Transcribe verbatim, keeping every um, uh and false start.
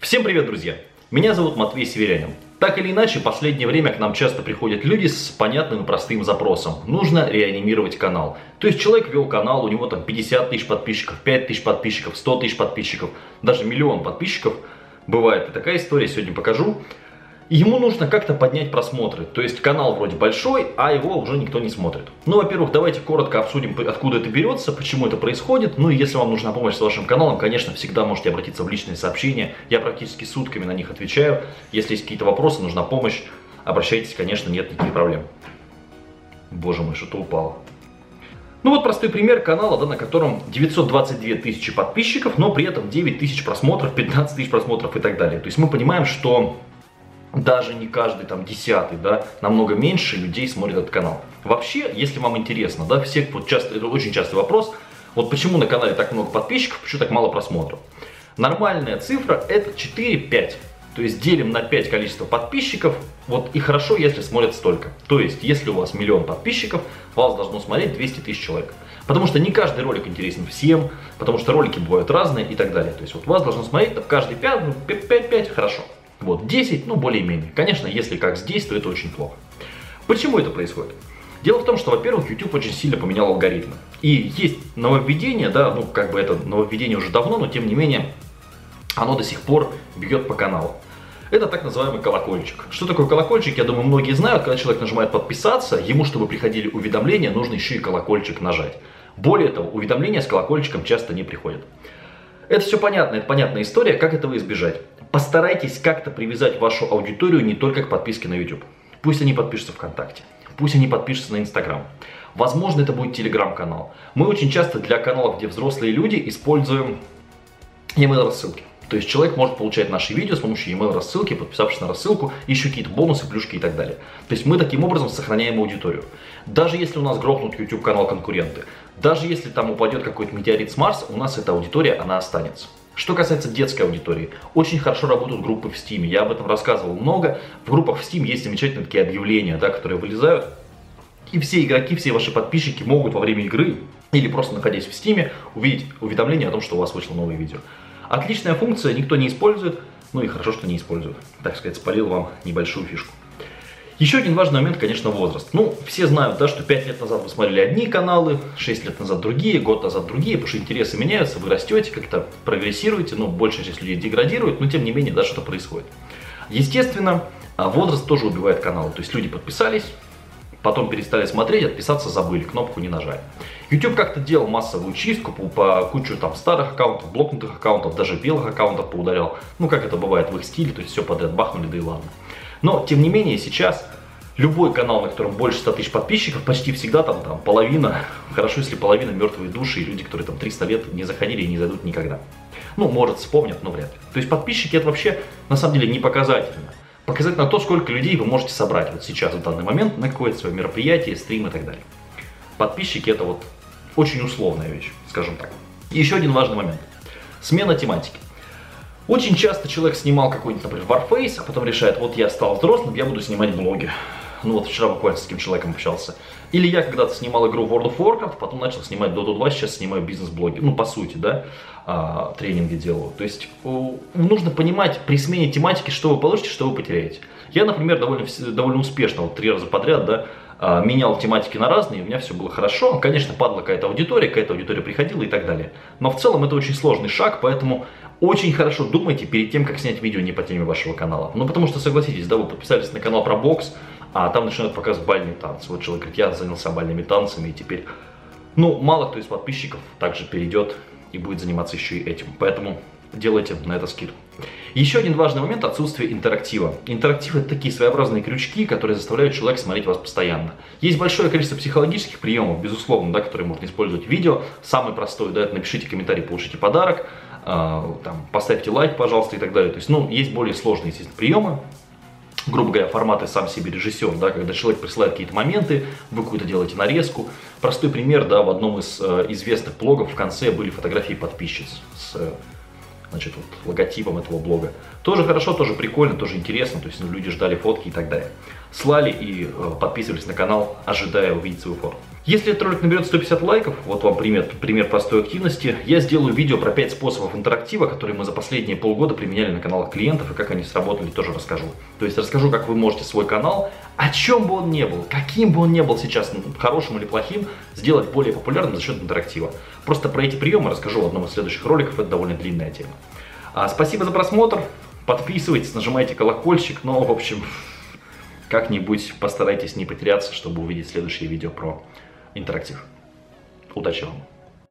Всем привет, друзья! Меня зовут Матвей Северянин. Так или иначе, в последнее время к нам часто приходят люди с понятным и простым запросом. Нужно реанимировать канал. То есть человек вел канал, у него там пятьдесят тысяч подписчиков, пять тысяч подписчиков, сто тысяч подписчиков, даже миллион подписчиков. Бывает и такая история, сегодня покажу. Ему нужно как-то поднять просмотры. То есть канал вроде большой, а его уже никто не смотрит. Ну, во-первых, давайте коротко обсудим, откуда это берется, почему это происходит. Ну и если вам нужна помощь с вашим каналом, конечно, всегда можете обратиться в личные сообщения. Я практически сутками на них отвечаю. Если есть какие-то вопросы, нужна помощь, обращайтесь, конечно, нет никаких проблем. Боже мой, что-то упало. Ну вот простой пример канала, да, на котором девятьсот двадцать две тысячи подписчиков, но при этом девять тысяч просмотров, пятнадцать тысяч просмотров и так далее. То есть мы понимаем, что даже не каждый там десятый, да, намного меньше людей смотрит этот канал. Вообще, если вам интересно, да, все, вот часто, это очень частый вопрос, вот почему на канале так много подписчиков, почему так мало просмотров. Нормальная цифра это четыре-пять. То есть делим на пять количество подписчиков, вот и хорошо, если смотрят столько. То есть, если у вас миллион подписчиков, вас должно смотреть двести тысяч человек. Потому что не каждый ролик интересен всем, потому что ролики бывают разные и так далее. То есть, вот вас должно смотреть там, каждый пять, ну, пять-пять, хорошо. Вот, десять, ну, более-менее. Конечно, если как здесь, то это очень плохо. Почему это происходит? Дело в том, что, во-первых, YouTube очень сильно поменял алгоритмы. И есть нововведение, да, ну, как бы это нововведение уже давно, но тем не менее, оно до сих пор бьет по каналу. Это так называемый колокольчик. Что такое колокольчик, я думаю, многие знают. Когда человек нажимает подписаться, ему, чтобы приходили уведомления, нужно еще и колокольчик нажать. Более того, уведомления с колокольчиком часто не приходят. Это все понятно, это понятная история, как этого избежать. Постарайтесь как-то привязать вашу аудиторию не только к подписке на YouTube. Пусть они подпишутся ВКонтакте, пусть они подпишутся на Инстаграм. Возможно, это будет Телеграм-канал. Мы очень часто для каналов, где взрослые люди, используем e-mail рассылки. То есть человек может получать наши видео с помощью e-mail рассылки, подписавшись на рассылку, еще какие-то бонусы, плюшки и так далее. То есть мы таким образом сохраняем аудиторию. Даже если у нас грохнут YouTube канал конкуренты, даже если там упадет какой-то метеорит с Марса, у нас эта аудитория, она останется. Что касается детской аудитории, очень хорошо работают группы в Steam. Я об этом рассказывал много. В группах в Steam есть замечательные такие объявления, да, которые вылезают. И все игроки, все ваши подписчики могут во время игры или просто находясь в Steam увидеть уведомление о том, что у вас вышло новое видео. Отличная функция, никто не использует, ну и хорошо, что не использует. Так сказать, спалил вам небольшую фишку. Еще один важный момент, конечно, возраст. Ну, все знают, да, что пять лет назад вы смотрели одни каналы, шесть лет назад другие, год назад другие, потому что интересы меняются, вы растете, как-то прогрессируете, ну, большая часть людей деградирует, но тем не менее, да, что-то происходит. Естественно, возраст тоже убивает каналы, то есть люди подписались, потом перестали смотреть, отписаться забыли, кнопку не нажали. YouTube как-то делал массовую чистку по, по кучу там старых аккаунтов, блокнутых аккаунтов, даже белых аккаунтов поудалял. Ну, как это бывает в их стиле, то есть все подряд бахнули, да и ладно. Но, тем не менее, сейчас любой канал, на котором больше ста тысяч подписчиков, почти всегда там, там половина, хорошо, если половина мертвые души и люди, которые там триста лет не заходили и не зайдут никогда. Ну, может, вспомнят, но вряд ли. То есть подписчики это вообще, на самом деле, не показательно. Показательно то, сколько людей вы можете собрать вот сейчас, в данный момент, на какое-то свое мероприятие, стрим и так далее. Подписчики это вот очень условная вещь, скажем так. И еще один важный момент. Смена тематики. Очень часто человек снимал какой-нибудь, например, Warface, а потом решает, вот я стал взрослым, я буду снимать блоги. Ну вот вчера буквально с таким человеком общался. Или я когда-то снимал игру World of Warcraft, потом начал снимать Dota два, сейчас снимаю бизнес-блоги. Ну, по сути, да, а, тренинги делаю. То есть нужно понимать при смене тематики, что вы получите, что вы потеряете. Я, например, довольно, довольно успешно, вот три раза подряд, да, менял тематики на разные, у меня все было хорошо. Конечно, падала какая-то аудитория, какая-то аудитория приходила и так далее. Но в целом это очень сложный шаг, поэтому очень хорошо думайте перед тем, как снять видео не по теме вашего канала. Ну, потому что, согласитесь, да, вы подписались на канал про бокс, а там начинают показывать бальные танцы. Вот человек говорит, я занялся бальными танцами, и теперь, ну, мало кто из подписчиков также перейдет и будет заниматься еще и этим. Поэтому делайте на это скидку. Еще один важный момент – отсутствие интерактива. Интерактив – это такие своеобразные крючки, которые заставляют человека смотреть вас постоянно. Есть большое количество психологических приемов, безусловно, да, которые можно использовать в видео. Самый простой, да, это напишите комментарий, получите подарок, э, там, поставьте лайк, пожалуйста, и так далее. То есть, ну, есть более сложные, естественно, приемы. Грубо говоря, форматы сам себе режиссер, да, когда человек присылает какие-то моменты, вы какую-то делаете нарезку. Простой пример, да, в одном из э, известных блогов в конце были фотографии подписчиц с э, значит, вот, логотипом этого блога. Тоже хорошо, тоже прикольно, тоже интересно, то есть ну, люди ждали фотки и так далее. Слали и э, подписывались на канал, ожидая увидеть свою фотку. Если этот ролик наберет сто пятьдесят лайков, вот вам пример, пример простой активности, я сделаю видео про пять способов интерактива, которые мы за последние полгода применяли на каналах клиентов, и как они сработали, тоже расскажу. То есть расскажу, как вы можете свой канал, о чем бы он ни был, каким бы он ни был сейчас, хорошим или плохим, сделать более популярным за счет интерактива. Просто про эти приемы расскажу в одном из следующих роликов, это довольно длинная тема. А, спасибо за просмотр, подписывайтесь, нажимайте колокольчик, но, в общем, как-нибудь постарайтесь не потеряться, чтобы увидеть следующее видео про интерактив. Удачи вам!